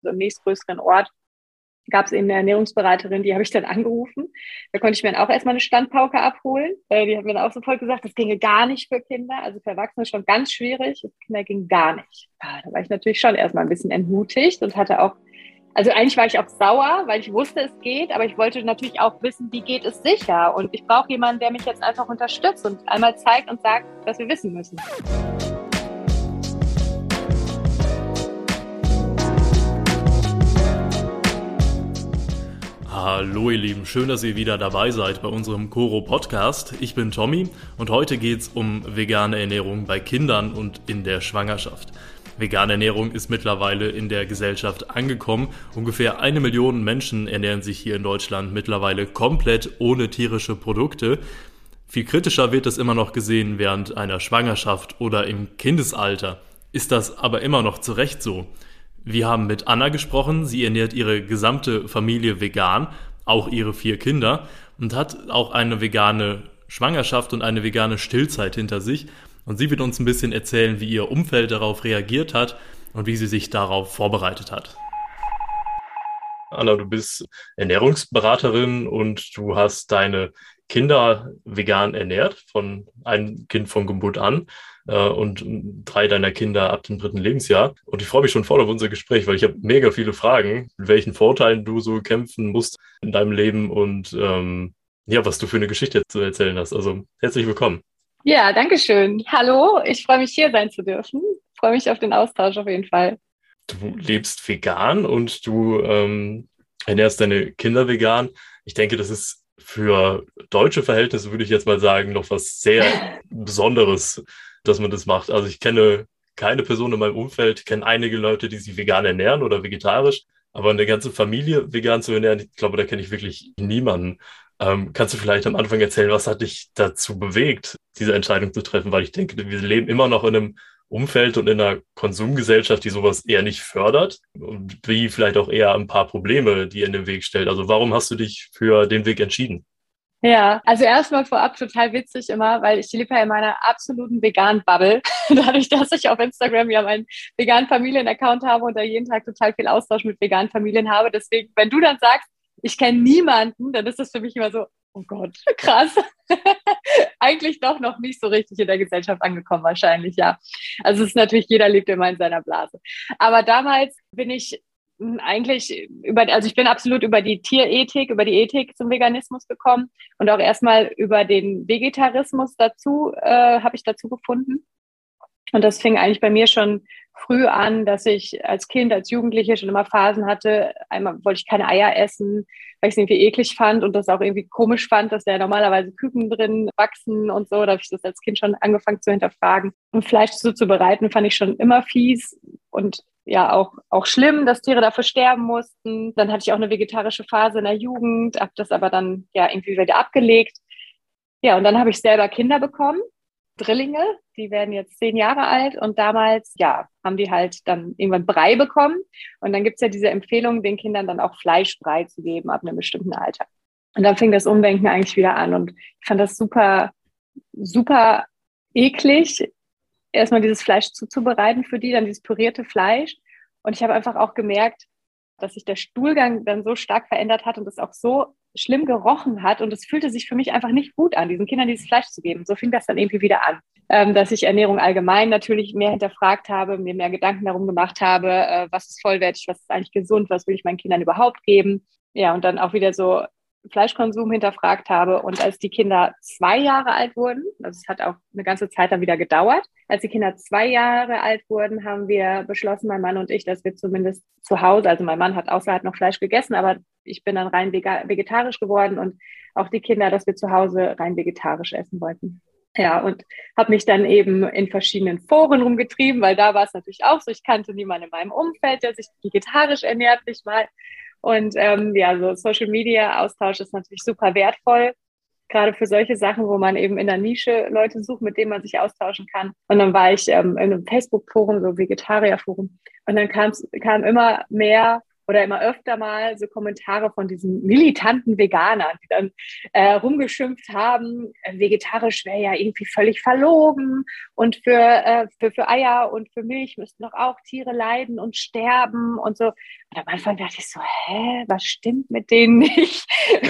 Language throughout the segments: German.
so im nächstgrößeren Ort gab es eben eine Ernährungsberaterin, die habe ich dann angerufen. Da konnte ich mir dann auch erstmal eine Standpauke abholen. Die hat mir dann auch sofort gesagt, das ginge gar nicht für Kinder. Also für Erwachsene schon ganz schwierig. Für Kinder ging gar nicht. Ja, da war ich natürlich schon erstmal ein bisschen entmutigt und hatte auch, also eigentlich war ich auch sauer, weil ich wusste, es geht, aber ich wollte natürlich auch wissen, wie geht es sicher. Und ich brauche jemanden, der mich jetzt einfach unterstützt und einmal zeigt und sagt, was wir wissen müssen. Hallo ihr Lieben, schön, dass ihr wieder dabei seid bei unserem Koro Podcast. Ich bin Tommy und heute geht es um vegane Ernährung bei Kindern und in der Schwangerschaft. Vegane Ernährung ist mittlerweile in der Gesellschaft angekommen. Ungefähr 1 Million Menschen ernähren sich hier in Deutschland mittlerweile komplett ohne tierische Produkte. Viel kritischer wird es immer noch gesehen während einer Schwangerschaft oder im Kindesalter. Ist das aber immer noch zu Recht so? Wir haben mit Anna gesprochen, sie ernährt ihre gesamte Familie vegan, auch ihre 4 Kinder und hat auch eine vegane Schwangerschaft und eine vegane Stillzeit hinter sich. Und sie wird uns ein bisschen erzählen, wie ihr Umfeld darauf reagiert hat und wie sie sich darauf vorbereitet hat. Anna, du bist Ernährungsberaterin und du hast deine Kinder vegan ernährt, von einem Kind von Geburt an und 3 deiner Kinder ab dem 3. Lebensjahr. Und ich freue mich schon voll auf unser Gespräch, weil ich habe mega viele Fragen, mit welchen Vorteilen du so kämpfen musst in deinem Leben und was du für eine Geschichte zu erzählen hast. Also herzlich willkommen. Ja, danke schön. Hallo, ich freue mich, hier sein zu dürfen. Ich freue mich auf den Austausch auf jeden Fall. Du lebst vegan und du ernährst deine Kinder vegan. Ich denke, das ist für deutsche Verhältnisse, würde ich jetzt mal sagen, noch was sehr Besonderes, dass man das macht. Also ich kenne keine Person in meinem Umfeld, ich kenne einige Leute, die sich vegan ernähren oder vegetarisch, aber eine ganze Familie vegan zu ernähren, ich glaube, da kenne ich wirklich niemanden. Kannst du vielleicht am Anfang erzählen, was hat dich dazu bewegt, diese Entscheidung zu treffen? Weil ich denke, wir leben immer noch in einem Umfeld und in einer Konsumgesellschaft, die sowas eher nicht fördert und wie vielleicht auch eher ein paar Probleme, die in den Weg stellt. Also warum hast du dich für den Weg entschieden? Ja, also erstmal vorab total witzig immer, weil ich lebe ja in meiner absoluten veganen Bubble. Dadurch, dass ich auf Instagram ja meinen veganen Familien-Account habe und da jeden Tag total viel Austausch mit veganen Familien habe. Deswegen, wenn du dann sagst, ich kenne niemanden, dann ist das für mich immer so, oh Gott, krass. Eigentlich doch noch nicht so richtig in der Gesellschaft angekommen, wahrscheinlich, ja. Also es ist natürlich, jeder lebt immer in seiner Blase. Aber damals bin ich eigentlich also ich bin absolut über die Tierethik, über die Ethik zum Veganismus gekommen und auch erstmal über den Vegetarismus dazu, habe ich dazu gefunden. Und das fing eigentlich bei mir schon früh an, dass ich als Kind, als Jugendliche schon immer Phasen hatte. Einmal wollte ich keine Eier essen, weil ich es irgendwie eklig fand und das auch irgendwie komisch fand, dass da ja normalerweise Küken drin wachsen und so. Da habe ich das als Kind schon angefangen zu hinterfragen. Und Fleisch zuzubereiten fand ich schon immer fies und ja auch schlimm, dass Tiere dafür sterben mussten. Dann hatte ich auch eine vegetarische Phase in der Jugend, habe das aber dann ja irgendwie wieder abgelegt. Ja, und dann habe ich selber Kinder bekommen. Drillinge, die werden jetzt 10 Jahre alt und damals, ja, haben die halt dann irgendwann Brei bekommen und dann gibt's ja diese Empfehlung, den Kindern dann auch Fleischbrei zu geben ab einem bestimmten Alter. Und dann fing das Umdenken eigentlich wieder an und ich fand das super, super eklig, erstmal dieses Fleisch zuzubereiten für die, dann dieses pürierte Fleisch und ich habe einfach auch gemerkt, dass sich der Stuhlgang dann so stark verändert hat und es auch so schlimm gerochen hat und es fühlte sich für mich einfach nicht gut an, diesen Kindern dieses Fleisch zu geben. So fing das dann irgendwie wieder an, dass ich Ernährung allgemein natürlich mehr hinterfragt habe, mir mehr Gedanken darum gemacht habe, was ist vollwertig, was ist eigentlich gesund, was will ich meinen Kindern überhaupt geben. Ja, und dann auch wieder so Fleischkonsum hinterfragt habe. Und als die Kinder 2 Jahre alt wurden, also es hat auch eine ganze Zeit dann wieder gedauert, als die Kinder 2 Jahre alt wurden, haben wir beschlossen, mein Mann und ich, dass wir zumindest zu Hause, also mein Mann hat außerhalb noch Fleisch gegessen, aber ich bin dann rein vegetarisch geworden und auch die Kinder, dass wir zu Hause rein vegetarisch essen wollten. Ja, und habe mich dann eben in verschiedenen Foren rumgetrieben, weil da war es natürlich auch so, ich kannte niemanden in meinem Umfeld, der sich vegetarisch ernährt, nicht mal. Und so Social-Media-Austausch ist natürlich super wertvoll, gerade für solche Sachen, wo man eben in der Nische Leute sucht, mit denen man sich austauschen kann. Und dann war ich in einem Facebook-Forum, so Vegetarier-Forum. Und dann kam immer mehr oder immer öfter mal so Kommentare von diesen militanten Veganern, die dann rumgeschimpft haben, vegetarisch wäre ja irgendwie völlig verlogen und für Eier und für Milch müssten doch auch Tiere leiden und sterben und so. Und am Anfang dachte ich so, was stimmt mit denen nicht?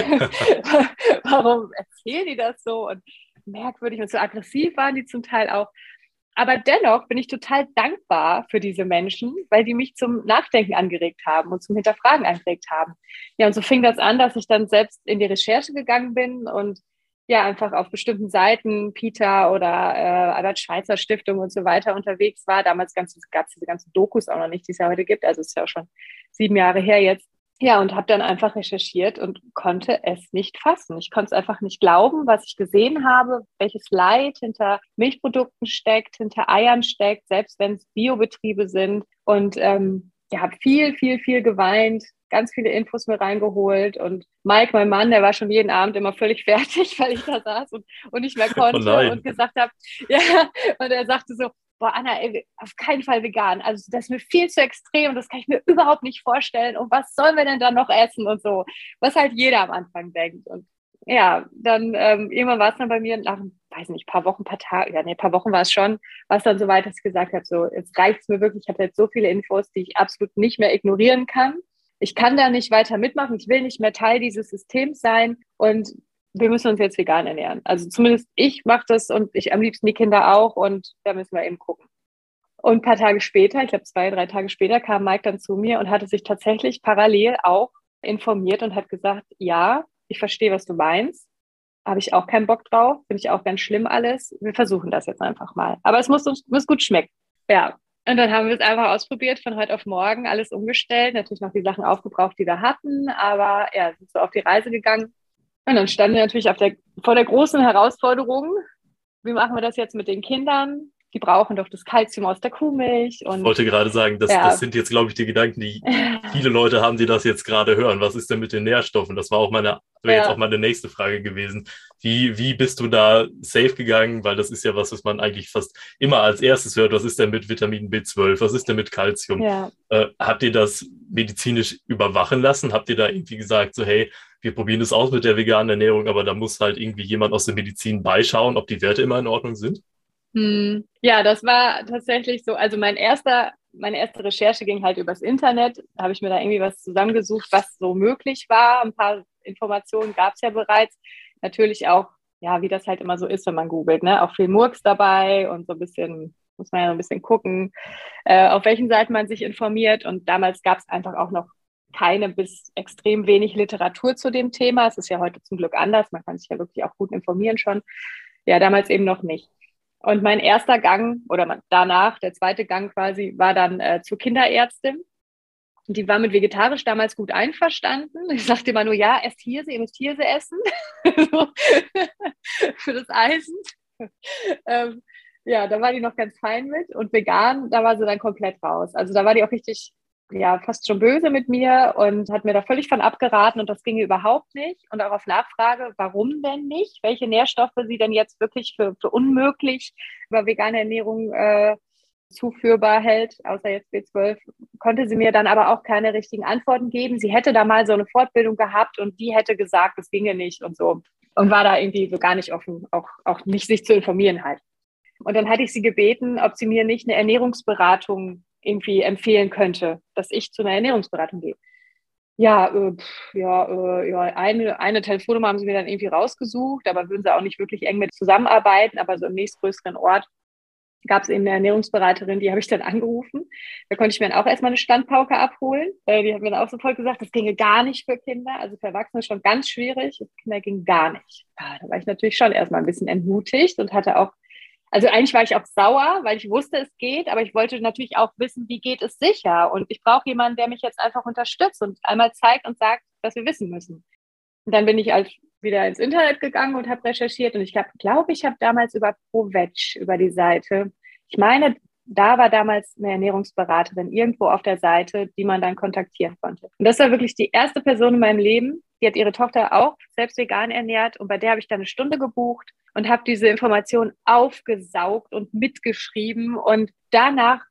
Warum erzählen die das so? Und merkwürdig und so aggressiv waren die zum Teil auch. Aber dennoch bin ich total dankbar für diese Menschen, weil die mich zum Nachdenken angeregt haben und zum Hinterfragen angeregt haben. Ja, und so fing das an, dass ich dann selbst in die Recherche gegangen bin und ja, einfach auf bestimmten Seiten, PETA oder Albert-Schweitzer Stiftung und so weiter unterwegs war. Damals gab es diese ganzen Dokus auch noch nicht, die es ja heute gibt. Also es ist ja auch schon 7 Jahre her jetzt. Ja, und habe dann einfach recherchiert und konnte es nicht fassen. Ich konnte es einfach nicht glauben, was ich gesehen habe, welches Leid hinter Milchprodukten steckt, hinter Eiern steckt, selbst wenn es Biobetriebe sind. Und ja, habe viel, viel, viel geweint, ganz viele Infos mir reingeholt. Und Mike, mein Mann, der war schon jeden Abend immer völlig fertig, weil ich da saß und nicht mehr Oh konnte nein. und gesagt habe, ja, und er sagte so, boah, Anna, ey, auf keinen Fall vegan. Also das ist mir viel zu extrem, das kann ich mir überhaupt nicht vorstellen. Und was sollen wir denn da noch essen und so? Was halt jeder am Anfang denkt. Und ja, dann irgendwann war es dann bei mir nach, weiß nicht, paar Wochen, paar Tage, ja, nee, paar Wochen war es schon, war es dann so weit, dass ich gesagt habe, so, jetzt reicht es mir wirklich, ich habe jetzt so viele Infos, die ich absolut nicht mehr ignorieren kann. Ich kann da nicht weiter mitmachen, ich will nicht mehr Teil dieses Systems sein und wir müssen uns jetzt vegan ernähren. Also zumindest ich mache das und ich am liebsten die Kinder auch und da müssen wir eben gucken. Und ein paar Tage später, ich glaube 2, 3 Tage später, kam Mike dann zu mir und hatte sich tatsächlich parallel auch informiert und hat gesagt, ja, ich verstehe, was du meinst. Habe ich auch keinen Bock drauf. Finde ich auch ganz schlimm alles. Wir versuchen das jetzt einfach mal. Aber es muss gut schmecken. Ja. Und dann haben wir es einfach ausprobiert, von heute auf morgen alles umgestellt. Natürlich noch die Sachen aufgebraucht, die wir hatten. Aber ja, sind so auf die Reise gegangen. Und dann standen wir natürlich vor der großen Herausforderung, wie machen wir das jetzt mit den Kindern? Die brauchen doch das Kalzium aus der Kuhmilch. Ich Und wollte gerade sagen, das ja, sind jetzt, glaube ich, die Gedanken, die viele Leute haben, die das jetzt gerade hören. Was ist denn mit den Nährstoffen? Das wäre jetzt auch ja, meine nächste Frage gewesen. Wie bist du da safe gegangen? Weil das ist ja was man eigentlich fast immer als erstes hört. Was ist denn mit Vitamin B12? Was ist denn mit Calcium? ja. Habt ihr das medizinisch überwachen lassen? Habt ihr da irgendwie gesagt, so, hey, wir probieren das aus mit der veganen Ernährung, aber da muss halt irgendwie jemand aus der Medizin beischauen, ob die Werte immer in Ordnung sind? Ja, das war tatsächlich so. Also meine erste Recherche ging halt übers Internet. Da habe ich mir da irgendwie was zusammengesucht, was so möglich war. Ein paar Informationen gab es ja bereits. Natürlich auch, ja, wie das halt immer so ist, wenn man googelt, ne? Auch viel Murks dabei und so ein bisschen, muss man ja so ein bisschen gucken, auf welchen Seiten man sich informiert. Und damals gab es einfach auch noch keine bis extrem wenig Literatur zu dem Thema. Es ist ja heute zum Glück anders. Man kann sich ja wirklich auch gut informieren schon. Ja, damals eben noch nicht. Und mein erster Gang oder danach, der zweite Gang quasi, war dann zur Kinderärztin. Und die war mit vegetarisch damals gut einverstanden. Ich sagte immer nur, ja, esst Hirse, ihr müsst Hirse essen. Für das Eisen. ähm, ja, da war die noch ganz fein mit. Und vegan, da war sie dann komplett raus. Also da war die auch richtig, ja, fast schon böse mit mir und hat mir da völlig von abgeraten und das ginge überhaupt nicht. Und auch auf Nachfrage, warum denn nicht? Welche Nährstoffe sie denn jetzt wirklich für unmöglich über vegane Ernährung zuführbar hält, außer jetzt B12, konnte sie mir dann aber auch keine richtigen Antworten geben. Sie hätte da mal so eine Fortbildung gehabt und die hätte gesagt, das ginge nicht und so. Und war da irgendwie so gar nicht offen, auch nicht sich zu informieren halt. Und dann hatte ich sie gebeten, ob sie mir nicht eine Ernährungsberatung irgendwie empfehlen könnte, dass ich zu einer Ernährungsberatung gehe. Ja, ja, eine Telefonnummer haben sie mir dann irgendwie rausgesucht, aber würden sie auch nicht wirklich eng mit zusammenarbeiten, aber so im nächstgrößeren Ort gab es eben eine Ernährungsberaterin, die habe ich dann angerufen. Da konnte ich mir dann auch erstmal eine Standpauke abholen. Die hat mir dann auch sofort gesagt, das ginge gar nicht für Kinder, also für Erwachsene schon ganz schwierig, für Kinder ging gar nicht. Ja, da war ich natürlich schon erstmal ein bisschen entmutigt und hatte auch, also eigentlich war ich auch sauer, weil ich wusste, es geht, aber ich wollte natürlich auch wissen, wie geht es sicher. Und ich brauche jemanden, der mich jetzt einfach unterstützt und einmal zeigt und sagt, was wir wissen müssen. Und dann bin ich halt wieder ins Internet gegangen und habe recherchiert und ich glaube, ich habe damals über ProVeg, über die Seite, ich meine, da war damals eine Ernährungsberaterin irgendwo auf der Seite, die man dann kontaktieren konnte. Und das war wirklich die erste Person in meinem Leben, die hat ihre Tochter auch selbst vegan ernährt und bei der habe ich dann eine Stunde gebucht und habe diese Information aufgesaugt und mitgeschrieben und danach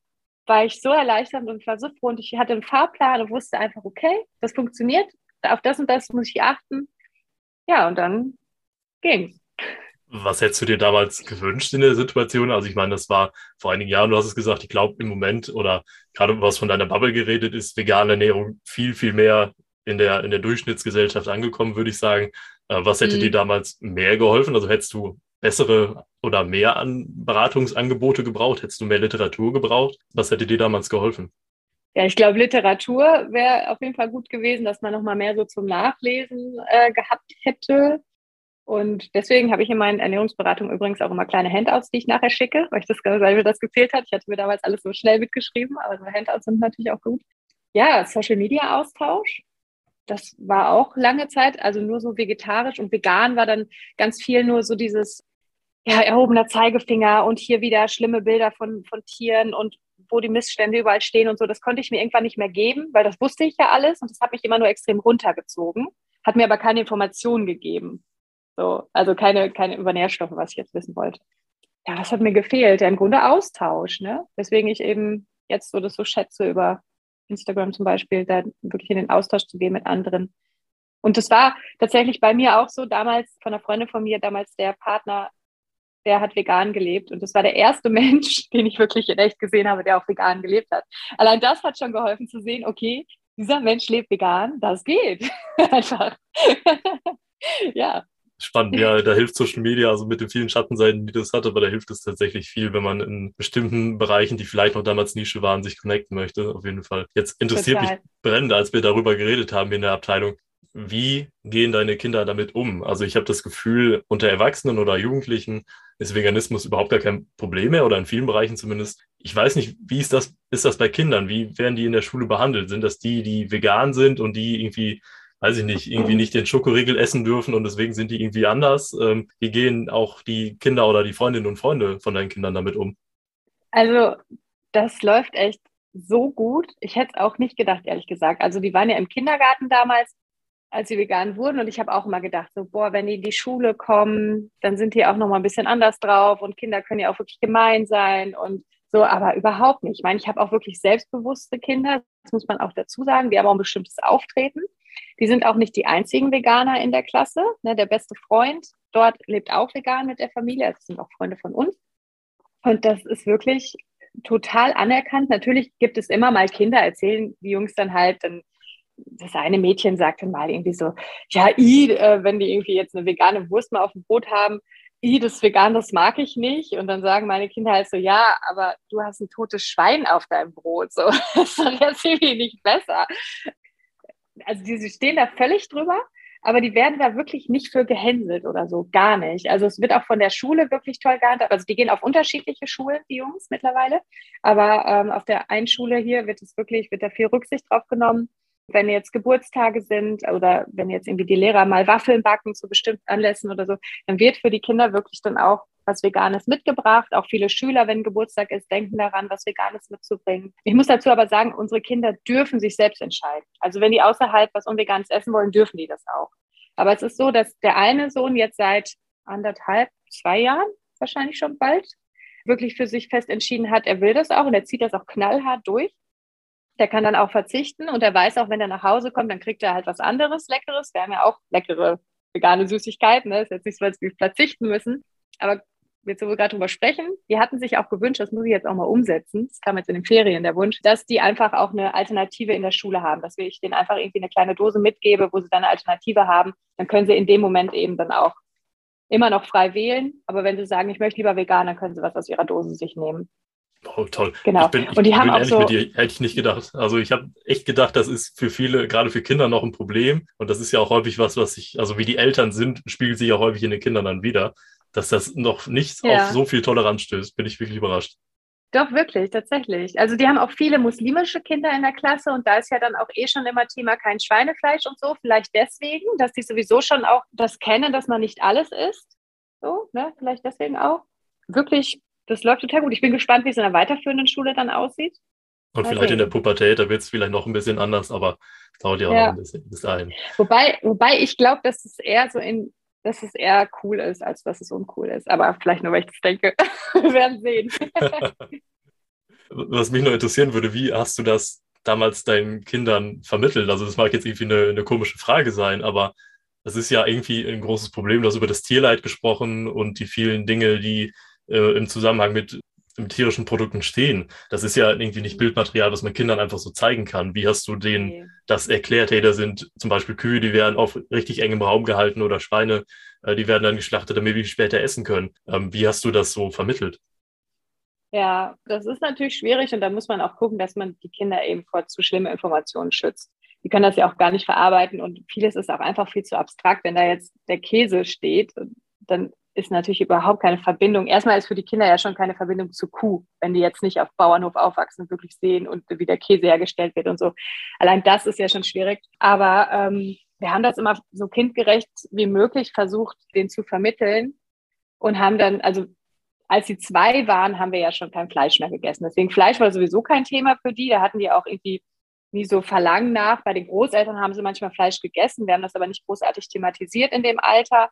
war ich so erleichtert und war so froh und ich hatte einen Fahrplan und wusste einfach, okay, das funktioniert, auf das und das muss ich achten. Ja, und dann ging's. Was hättest du dir damals gewünscht in der Situation? Also ich meine, das war vor einigen Jahren, du hast es gesagt, ich glaube im Moment oder gerade du hast von deiner Bubble geredet, ist vegane Ernährung viel, viel mehr in der Durchschnittsgesellschaft angekommen, würde ich sagen. Was hätte dir Mhm. damals mehr geholfen? Also hättest du bessere oder mehr an Beratungsangebote gebraucht? Hättest du mehr Literatur gebraucht? Was hätte dir damals geholfen? Ja, ich glaube, Literatur wäre auf jeden Fall gut gewesen, dass man noch mal mehr so zum Nachlesen gehabt hätte. Und deswegen habe ich in meinen Ernährungsberatungen übrigens auch immer kleine Handouts, die ich nachher schicke, weil mir das gefehlt hat. Ich hatte mir damals alles so schnell mitgeschrieben, aber so Handouts sind natürlich auch gut. Ja, Social Media Austausch. Das war auch lange Zeit, also nur so vegetarisch und vegan war dann ganz viel nur so dieses ja, erhobener Zeigefinger und hier wieder schlimme Bilder von Tieren und wo die Missstände überall stehen und so. Das konnte ich mir irgendwann nicht mehr geben, weil das wusste ich ja alles und das hat mich immer nur extrem runtergezogen, hat mir aber keine Informationen gegeben. So, also keine über Nährstoffe, was ich jetzt wissen wollte. Ja, was hat mir gefehlt? Ja, im Grunde Austausch, ne? Weswegen ich eben jetzt so das so schätze, über Instagram zum Beispiel, da wirklich in den Austausch zu gehen mit anderen. Und das war tatsächlich bei mir auch so damals, von einer Freundin von mir, damals der Partner, der hat vegan gelebt. Und das war der erste Mensch, den ich wirklich in echt gesehen habe, der auch vegan gelebt hat. Allein das hat schon geholfen zu sehen, okay, dieser Mensch lebt vegan, das geht. Einfach. Ja. Spannend, ja, da hilft Social Media, also mit den vielen Schattenseiten, die das hat, aber da hilft es tatsächlich viel, wenn man in bestimmten Bereichen, die vielleicht noch damals Nische waren, sich connecten möchte, auf jeden Fall. Jetzt interessiert mich Total. brennend, als wir darüber geredet haben in der Abteilung, wie gehen deine Kinder damit um? Also ich habe das Gefühl, unter Erwachsenen oder Jugendlichen ist Veganismus überhaupt gar kein Problem mehr oder in vielen Bereichen zumindest. Ich weiß nicht, wie ist das bei Kindern? Wie werden die in der Schule behandelt? Sind das die, die vegan sind und die irgendwie weiß ich nicht, irgendwie nicht den Schokoriegel essen dürfen und deswegen sind die irgendwie anders. Wie gehen auch die Kinder oder die Freundinnen und Freunde von deinen Kindern damit um? Also, das läuft echt so gut. Ich hätte es auch nicht gedacht, ehrlich gesagt. Also, die waren ja im Kindergarten damals, als sie vegan wurden. Und ich habe auch immer gedacht, so, boah, wenn die in die Schule kommen, dann sind die auch noch mal ein bisschen anders drauf. Und Kinder können ja auch wirklich gemein sein und so, aber überhaupt nicht. Ich meine, ich habe auch wirklich selbstbewusste Kinder. Das muss man auch dazu sagen. Die haben auch ein bestimmtes Auftreten. Die sind auch nicht die einzigen Veganer in der Klasse. Ne, der beste Freund dort lebt auch vegan mit der Familie. Das sind auch Freunde von uns. Und das ist wirklich total anerkannt. Natürlich gibt es immer mal Kinder, erzählen die Jungs dann halt, dann, das eine Mädchen sagt dann mal irgendwie so, ja, wenn die irgendwie jetzt eine vegane Wurst mal auf dem Brot haben, das vegan, das mag ich nicht. Und dann sagen meine Kinder halt so, ja, aber du hast ein totes Schwein auf deinem Brot. So, das ist doch jetzt irgendwie nicht besser. Also die stehen da völlig drüber, aber die werden da wirklich nicht für gehänselt oder so, gar nicht. Also es wird auch von der Schule wirklich toll gehandhabt. Also die gehen auf unterschiedliche Schulen, die Jungs mittlerweile, aber auf der einen Schule hier wird da viel Rücksicht drauf genommen. Wenn jetzt Geburtstage sind oder wenn jetzt irgendwie die Lehrer mal Waffeln backen zu bestimmten Anlässen oder so, dann wird für die Kinder wirklich dann auch was Veganes mitgebracht. Auch viele Schüler, wenn Geburtstag ist, denken daran, was Veganes mitzubringen. Ich muss dazu aber sagen, unsere Kinder dürfen sich selbst entscheiden. Also wenn die außerhalb was Unveganes essen wollen, dürfen die das auch. Aber es ist so, dass der eine Sohn jetzt seit 2 Jahren, wahrscheinlich schon bald, wirklich für sich fest entschieden hat, er will das auch und er zieht das auch knallhart durch. Der kann dann auch verzichten und er weiß auch, wenn er nach Hause kommt, dann kriegt er halt was anderes, Leckeres. Wir haben ja auch leckere vegane Süßigkeiten, ne? Ist jetzt nicht so, als wir verzichten müssen. Aber jetzt, wo wir gerade drüber sprechen, die hatten sich auch gewünscht, das muss ich jetzt auch mal umsetzen, das kam jetzt in den Ferien der Wunsch, dass die einfach auch eine Alternative in der Schule haben, dass ich denen einfach irgendwie eine kleine Dose mitgebe, wo sie dann eine Alternative haben, dann können sie in dem Moment eben dann auch immer noch frei wählen, aber wenn sie sagen, ich möchte lieber vegan, dann können sie was aus ihrer Dose sich nehmen. Oh, toll. Genau. Ich Und die haben bin auch ehrlich mit so, dir, hätte ich nicht gedacht. Also ich habe echt gedacht, das ist für viele, gerade für Kinder noch ein Problem. Und das ist ja auch häufig was ich, also wie die Eltern sind, spiegelt sich auch häufig in den Kindern dann wieder, dass das noch nicht auf ja, so viel Toleranz stößt. Bin ich wirklich überrascht. doch wirklich, tatsächlich. Also die haben auch viele muslimische Kinder in der Klasse und da ist ja dann auch eh schon immer Thema kein Schweinefleisch und so. Vielleicht deswegen, dass die sowieso schon auch das kennen, dass man nicht alles isst. So, ne? Vielleicht deswegen auch. Wirklich, das läuft total gut. Ich bin gespannt, wie es in der weiterführenden Schule dann aussieht. Und Mal vielleicht in der sehen. Pubertät, da wird es vielleicht noch ein bisschen anders, aber es dauert ja auch noch ein Ja. bisschen bis dahin. Wobei ich glaube, dass es eher cool ist, als dass es uncool ist. Aber vielleicht nur, weil ich das denke. Wir werden sehen. Was mich nur interessieren würde, wie hast du das damals deinen Kindern vermittelt? Also das mag jetzt irgendwie eine komische Frage sein, aber das ist ja irgendwie ein großes Problem. Du hast über das Tierleid gesprochen und die vielen Dinge, die im Zusammenhang mit tierischen Produkten stehen. Das ist ja irgendwie nicht Bildmaterial, was man Kindern einfach so zeigen kann. Wie hast du denen Nee. das erklärt? Hey, da sind zum Beispiel Kühe, die werden auf richtig engem Raum gehalten oder Schweine, die werden dann geschlachtet, damit wir die später essen können. Wie hast du das so vermittelt? Ja, das ist natürlich schwierig und da muss man auch gucken, dass man die Kinder eben vor zu schlimmen Informationen schützt. Die können das ja auch gar nicht verarbeiten und vieles ist auch einfach viel zu abstrakt. Wenn da jetzt der Käse steht, dann ist natürlich überhaupt keine Verbindung. Erstmal ist für die Kinder ja schon keine Verbindung zu Kuh, wenn die jetzt nicht auf Bauernhof aufwachsen und wirklich sehen und wie der Käse hergestellt wird und so. Allein das ist ja schon schwierig. Aber wir haben das immer so kindgerecht wie möglich versucht, denen zu vermitteln und haben dann, also als sie 2 waren, haben wir ja schon kein Fleisch mehr gegessen. Deswegen Fleisch war sowieso kein Thema für die. Da hatten die auch irgendwie nie so Verlangen nach. Bei den Großeltern haben sie manchmal Fleisch gegessen. Wir haben das aber nicht großartig thematisiert in dem Alter.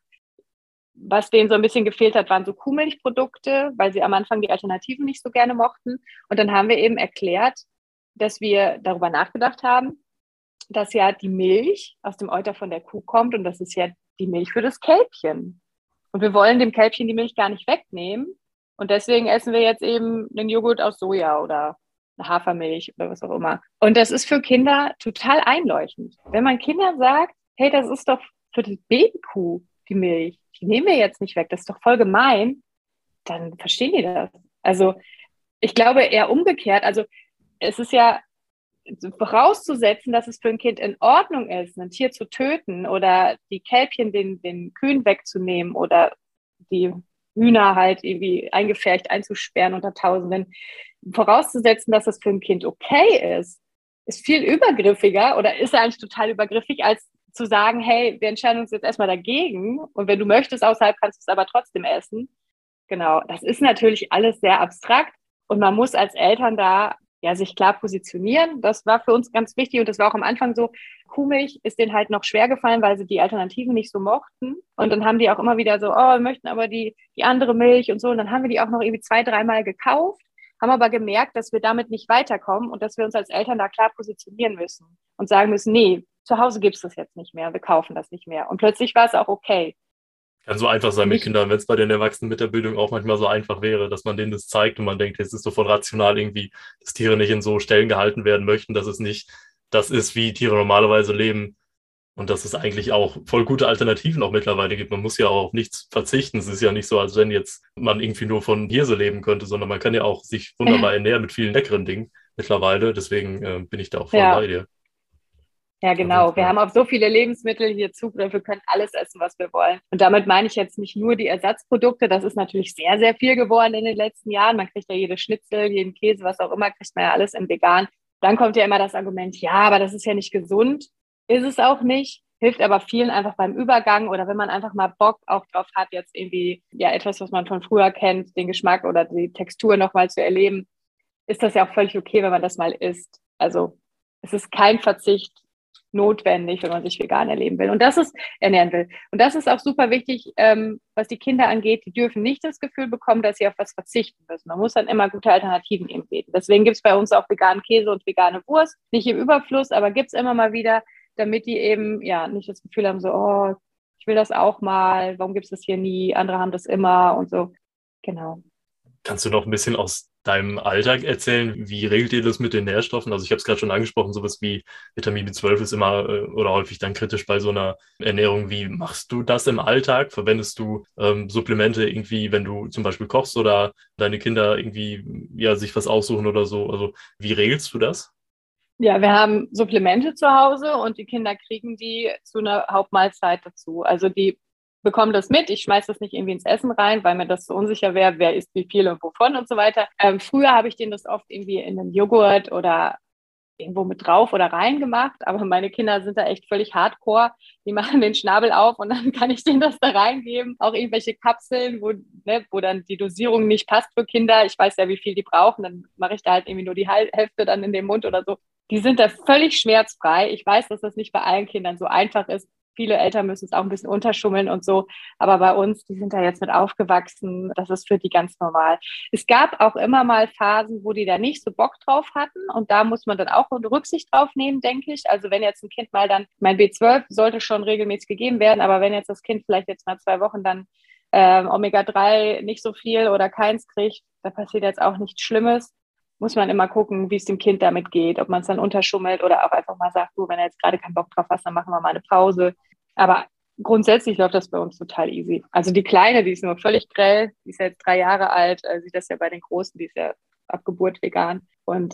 Was denen so ein bisschen gefehlt hat, waren so Kuhmilchprodukte, weil sie am Anfang die Alternativen nicht so gerne mochten. Und dann haben wir eben erklärt, dass wir darüber nachgedacht haben, dass ja die Milch aus dem Euter von der Kuh kommt und das ist ja die Milch für das Kälbchen. Und wir wollen dem Kälbchen die Milch gar nicht wegnehmen. Und deswegen essen wir jetzt eben einen Joghurt aus Soja oder eine Hafermilch oder was auch immer. Und das ist für Kinder total einleuchtend. Wenn man Kindern sagt, hey, das ist doch für die Babykuh die Milch, die nehmen wir jetzt nicht weg, das ist doch voll gemein, dann verstehen die das. Also ich glaube eher umgekehrt. Also es ist ja vorauszusetzen, dass es für ein Kind in Ordnung ist, ein Tier zu töten oder die Kälbchen den Kühen wegzunehmen oder die Hühner halt irgendwie eingepfercht einzusperren unter Tausenden. Vorauszusetzen, dass es für ein Kind okay ist viel übergriffiger oder ist eigentlich total übergriffig, als zu sagen, hey, wir entscheiden uns jetzt erstmal dagegen und wenn du möchtest außerhalb, kannst du es aber trotzdem essen. Genau, das ist natürlich alles sehr abstrakt und man muss als Eltern da ja sich klar positionieren. Das war für uns ganz wichtig und das war auch am Anfang so. Kuhmilch ist denen halt noch schwer gefallen, weil sie die Alternativen nicht so mochten. Und dann haben die auch immer wieder so, oh, wir möchten aber die andere Milch und so. Und dann haben wir die auch noch irgendwie 2, 3 Mal gekauft, haben aber gemerkt, dass wir damit nicht weiterkommen und dass wir uns als Eltern da klar positionieren müssen und sagen müssen, nee, zu Hause gibt es das jetzt nicht mehr, wir kaufen das nicht mehr. Und plötzlich war es auch okay. Kann so einfach sein mit Nicht, Kindern, wenn es bei den Erwachsenen mit der Bildung auch manchmal so einfach wäre, dass man denen das zeigt und man denkt, es ist sofort rational irgendwie, dass Tiere nicht in so Stellen gehalten werden möchten, dass es nicht das ist, wie Tiere normalerweise leben und dass es eigentlich auch voll gute Alternativen auch mittlerweile gibt. Man muss ja auch auf nichts verzichten. Es ist ja nicht so, als wenn jetzt man irgendwie nur von Hirse leben könnte, sondern man kann ja auch sich wunderbar ernähren mit vielen leckeren Dingen mittlerweile. Deswegen bin ich da auch voll bei ja. dir. Ja, Auf jeden genau. Wir Fall. haben auf so viele Lebensmittel hier Zugriff. Wir können alles essen, was wir wollen. Und damit meine ich jetzt nicht nur die Ersatzprodukte. Das ist natürlich sehr, sehr viel geworden in den letzten Jahren. Man kriegt ja jede Schnitzel, jeden Käse, was auch immer, kriegt man ja alles im Vegan. Dann kommt ja immer das Argument, ja, aber das ist ja nicht gesund. Ist es auch nicht. Hilft aber vielen einfach beim Übergang oder wenn man einfach mal Bock auch drauf hat, jetzt irgendwie ja etwas, was man von früher kennt, den Geschmack oder die Textur nochmal zu erleben, ist das ja auch völlig okay, wenn man das mal isst. Also es ist kein Verzicht notwendig, wenn man sich vegan ernähren will. Und das ist auch super wichtig, was die Kinder angeht. Die dürfen nicht das Gefühl bekommen, dass sie auf was verzichten müssen. Man muss dann immer gute Alternativen eben bieten. Deswegen gibt es bei uns auch veganen Käse und vegane Wurst. Nicht im Überfluss, aber gibt es immer mal wieder, damit die eben ja nicht das Gefühl haben, so, oh, ich will das auch mal, warum gibt es das hier nie? Andere haben das immer und so. Genau. Kannst du noch ein bisschen aus deinem Alltag erzählen? Wie regelt ihr das mit den Nährstoffen? Also ich habe es gerade schon angesprochen, sowas wie Vitamin B12 ist immer oder häufig dann kritisch bei so einer Ernährung. Wie machst du das im Alltag? Verwendest du Supplemente irgendwie, wenn du zum Beispiel kochst oder deine Kinder irgendwie ja sich was aussuchen oder so? Also wie regelst du das? Ja, wir haben Supplemente zu Hause und die Kinder kriegen die zu einer Hauptmahlzeit dazu. Also die bekommen das mit. Ich schmeiße das nicht irgendwie ins Essen rein, weil mir das so unsicher wäre, wer isst wie viel und wovon und so weiter. Früher habe ich denen das oft irgendwie in einen Joghurt oder irgendwo mit drauf oder rein gemacht, aber meine Kinder sind da echt völlig hardcore. Die machen den Schnabel auf und dann kann ich denen das da reingeben. Auch irgendwelche Kapseln, wo dann die Dosierung nicht passt für Kinder. Ich weiß ja, wie viel die brauchen. Dann mache ich da halt irgendwie nur die Hälfte dann in den Mund oder so. Die sind da völlig schmerzfrei. Ich weiß, dass das nicht bei allen Kindern so einfach ist. viele Eltern müssen es auch ein bisschen unterschummeln und so. Aber bei uns, die sind da jetzt mit aufgewachsen. Das ist für die ganz normal. Es gab auch immer mal Phasen, wo die da nicht so Bock drauf hatten. Und da muss man dann auch eine Rücksicht drauf nehmen, denke ich. Also wenn jetzt ein Kind mal dann, mein B12 sollte schon regelmäßig gegeben werden, aber wenn jetzt das Kind vielleicht jetzt mal 2 Wochen dann Omega-3 nicht so viel oder keins kriegt, da passiert jetzt auch nichts Schlimmes. Muss man immer gucken, wie es dem Kind damit geht, ob man es dann unterschummelt oder auch einfach mal sagt, du, wenn er jetzt gerade keinen Bock drauf hast, dann machen wir mal eine Pause. Aber grundsätzlich läuft das bei uns total easy. Also die Kleine, die ist nur völlig grell, die ist ja jetzt 3 Jahre alt, sieht das ja bei den Großen, die ist ja ab Geburt vegan. Und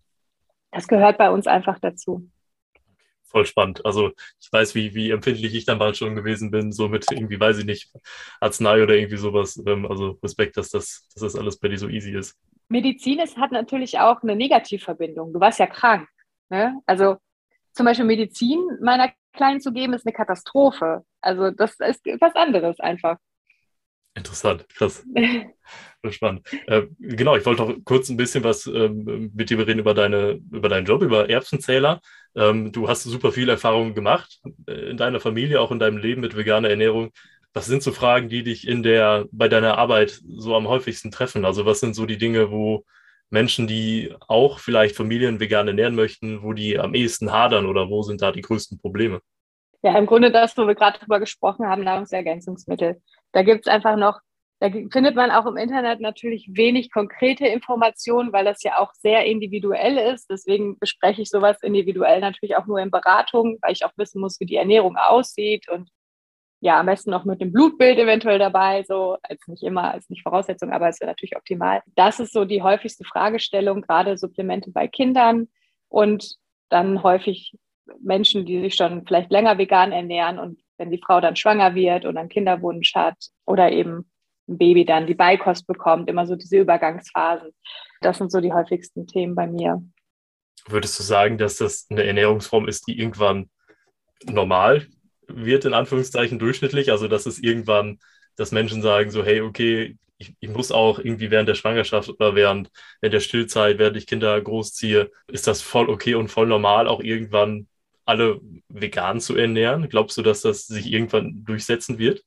das gehört bei uns einfach dazu. Voll spannend. Also ich weiß, wie empfindlich ich damals schon gewesen bin, so mit irgendwie, weiß ich nicht, Arznei oder irgendwie sowas. Also Respekt, dass das alles bei dir so easy ist. Medizin hat natürlich auch eine Negativverbindung. Du warst ja krank. Ne? Also zum Beispiel Medizin meiner Kleinen zu geben, ist eine Katastrophe. Also das ist was anderes einfach. Interessant, krass. Spannend. Genau, ich wollte noch kurz ein bisschen was mit dir reden über deinen Job, über Erbsenzähler. Du hast super viel Erfahrung gemacht in deiner Familie, auch in deinem Leben mit veganer Ernährung. Was sind so Fragen, die dich bei deiner Arbeit so am häufigsten treffen? Also was sind so die Dinge, wo Menschen, die auch vielleicht Familien vegan ernähren möchten, wo die am ehesten hadern oder wo sind da die größten Probleme? Ja, im Grunde das, wo wir gerade drüber gesprochen haben, Nahrungsergänzungsmittel. Da gibt es einfach noch, da findet man auch im Internet natürlich wenig konkrete Informationen, weil das ja auch sehr individuell ist. Deswegen bespreche ich sowas individuell natürlich auch nur in Beratung, weil ich auch wissen muss, wie die Ernährung aussieht und ja, am besten noch mit dem Blutbild eventuell dabei, so als nicht immer, als nicht Voraussetzung, aber es wäre natürlich optimal. Das ist so die häufigste Fragestellung, gerade Supplemente bei Kindern und dann häufig Menschen, die sich schon vielleicht länger vegan ernähren und wenn die Frau dann schwanger wird und einen Kinderwunsch hat oder eben ein Baby dann die Beikost bekommt, immer so diese Übergangsphasen. Das sind so die häufigsten Themen bei mir. Würdest du sagen, dass das eine Ernährungsform ist, die irgendwann normal wird, in Anführungszeichen durchschnittlich? Also, dass es irgendwann, dass Menschen sagen so, hey, okay, ich muss auch irgendwie während der Schwangerschaft oder während der Stillzeit, während ich Kinder großziehe, ist das voll okay und voll normal, auch irgendwann alle vegan zu ernähren? Glaubst du, dass das sich irgendwann durchsetzen wird?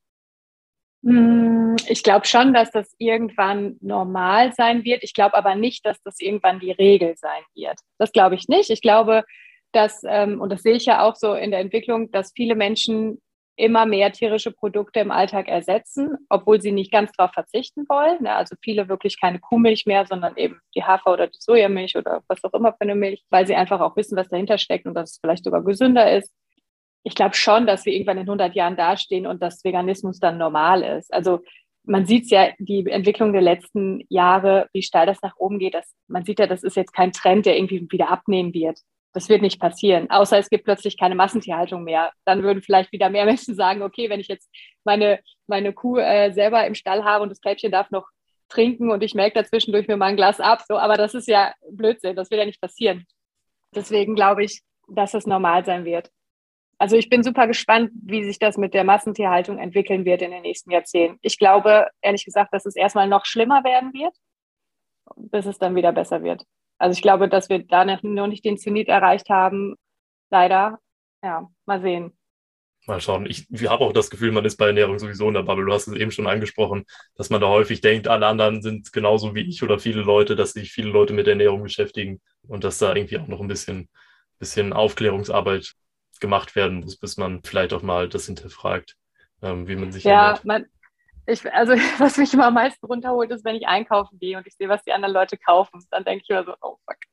Ich glaube schon, dass das irgendwann normal sein wird. Ich glaube aber nicht, dass das irgendwann die Regel sein wird. Das glaube ich nicht. Ich glaube, dass, und das sehe ich ja auch so in der Entwicklung, dass viele Menschen immer mehr tierische Produkte im Alltag ersetzen, obwohl sie nicht ganz darauf verzichten wollen. Ne? Also viele wirklich keine Kuhmilch mehr, sondern eben die Hafer- oder die Sojamilch oder was auch immer für eine Milch, weil sie einfach auch wissen, was dahinter steckt und dass es vielleicht sogar gesünder ist. Ich glaube schon, dass wir irgendwann in 100 Jahren dastehen und dass Veganismus dann normal ist. Also man sieht ja die Entwicklung der letzten Jahre, wie steil das nach oben geht. Man sieht ja, das ist jetzt kein Trend, der irgendwie wieder abnehmen wird. Das wird nicht passieren, außer es gibt plötzlich keine Massentierhaltung mehr. Dann würden vielleicht wieder mehr Menschen sagen, okay, wenn ich jetzt meine Kuh selber im Stall habe und das Kälbchen darf noch trinken und ich melke dazwischendurch mir mal ein Glas ab. So, aber das ist ja Blödsinn, das wird ja nicht passieren. Deswegen glaube ich, dass es normal sein wird. Also ich bin super gespannt, wie sich das mit der Massentierhaltung entwickeln wird in den nächsten Jahrzehnten. Ich glaube, ehrlich gesagt, dass es erstmal noch schlimmer werden wird, bis es dann wieder besser wird. Also ich glaube, dass wir da noch nicht den Zenit erreicht haben. Leider. Ja, mal sehen. Mal schauen. Ich habe auch das Gefühl, man ist bei Ernährung sowieso in der Bubble. Du hast es eben schon angesprochen, dass man da häufig denkt, alle anderen sind genauso wie ich oder viele Leute, dass sich viele Leute mit Ernährung beschäftigen und dass da irgendwie auch noch ein bisschen Aufklärungsarbeit gemacht werden muss, bis man vielleicht auch mal das hinterfragt, wie man sich Ja, ernährt. also was mich immer am meisten runterholt, ist, wenn ich einkaufen gehe und ich sehe, was die anderen Leute kaufen. Dann denke ich immer so, oh fuck.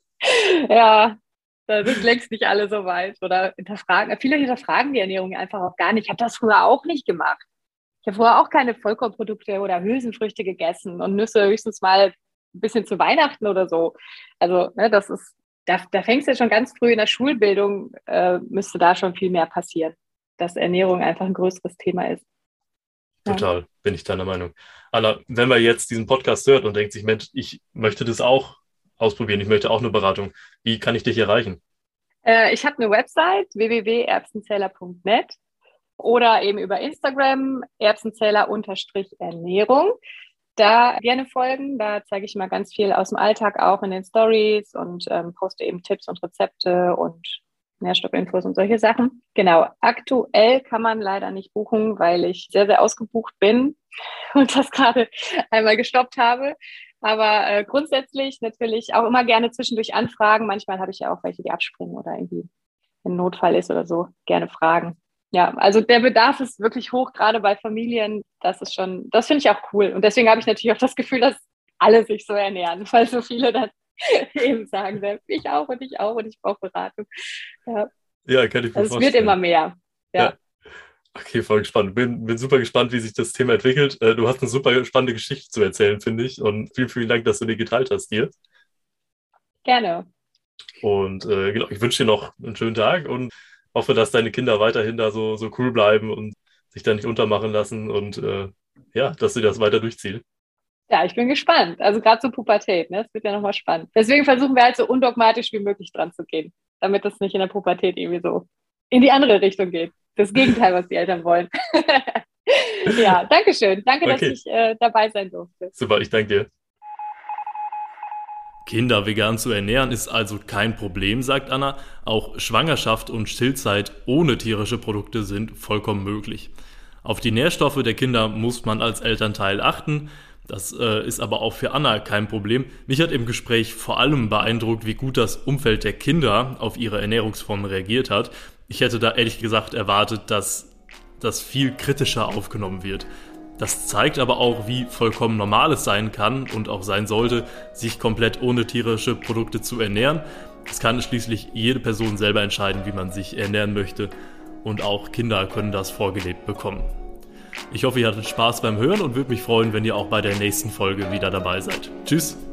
Ja, da sind längst nicht alle so weit. Oder viele hinterfragen die Ernährung einfach auch gar nicht. Ich habe das früher auch nicht gemacht. Ich habe vorher auch keine Vollkornprodukte oder Hülsenfrüchte gegessen und Nüsse höchstens mal ein bisschen zu Weihnachten oder so. Also, ne, da fängst du ja schon ganz früh in der Schulbildung, müsste da schon viel mehr passieren, dass Ernährung einfach ein größeres Thema ist. Ja. Total, bin ich deiner Meinung. Anna, wenn man jetzt diesen Podcast hört und denkt sich, Mensch, ich möchte das auch ausprobieren, ich möchte auch eine Beratung, wie kann ich dich erreichen? Ich habe eine Website, www.erbsenzähler.net oder eben über Instagram, Erbsenzähler-Ernährung. Da gerne folgen, da zeige ich mal ganz viel aus dem Alltag auch in den Stories und poste eben Tipps und Rezepte und Nährstoffinfos und solche Sachen. Genau, aktuell kann man leider nicht buchen, weil ich sehr, sehr ausgebucht bin und das gerade einmal gestoppt habe. Aber grundsätzlich natürlich auch immer gerne zwischendurch anfragen. Manchmal habe ich ja auch welche, die abspringen oder irgendwie ein Notfall ist oder so, gerne fragen. Ja, also der Bedarf ist wirklich hoch, gerade bei Familien. Das finde ich auch cool. Und deswegen habe ich natürlich auch das Gefühl, dass alle sich so ernähren, weil so viele dann eben sagen, ich auch und ich auch und ich brauche Beratung. Ja, ja, kann ich mir also vorstellen. Es wird immer mehr. Ja. Okay, voll gespannt. Bin super gespannt, wie sich das Thema entwickelt. Du hast eine super spannende Geschichte zu erzählen, finde ich. Und vielen, vielen Dank, dass du die geteilt hast dir. Gerne. Und genau, ich wünsche dir noch einen schönen Tag und hoffe, dass deine Kinder weiterhin da so cool bleiben und sich da nicht untermachen lassen und dass sie das weiter durchziehen. Ja, ich bin gespannt. Also gerade zur Pubertät, ne? Das wird ja nochmal spannend. Deswegen versuchen wir halt so undogmatisch wie möglich dran zu gehen, damit das nicht in der Pubertät irgendwie so in die andere Richtung geht. Das Gegenteil, was die Eltern wollen. Ja, danke schön. Danke, okay, dass ich dabei sein durfte. Super, ich danke dir. Kinder vegan zu ernähren ist also kein Problem, sagt Anna. Auch Schwangerschaft und Stillzeit ohne tierische Produkte sind vollkommen möglich. Auf die Nährstoffe der Kinder muss man als Elternteil achten. Das ist aber auch für Anna kein Problem. Mich hat im Gespräch vor allem beeindruckt, wie gut das Umfeld der Kinder auf ihre Ernährungsformen reagiert hat. Ich hätte da ehrlich gesagt erwartet, dass das viel kritischer aufgenommen wird. Das zeigt aber auch, wie vollkommen normal es sein kann und auch sein sollte, sich komplett ohne tierische Produkte zu ernähren. Es kann schließlich jede Person selber entscheiden, wie man sich ernähren möchte. Und auch Kinder können das vorgelebt bekommen. Ich hoffe, ihr hattet Spaß beim Hören und würde mich freuen, wenn ihr auch bei der nächsten Folge wieder dabei seid. Tschüss!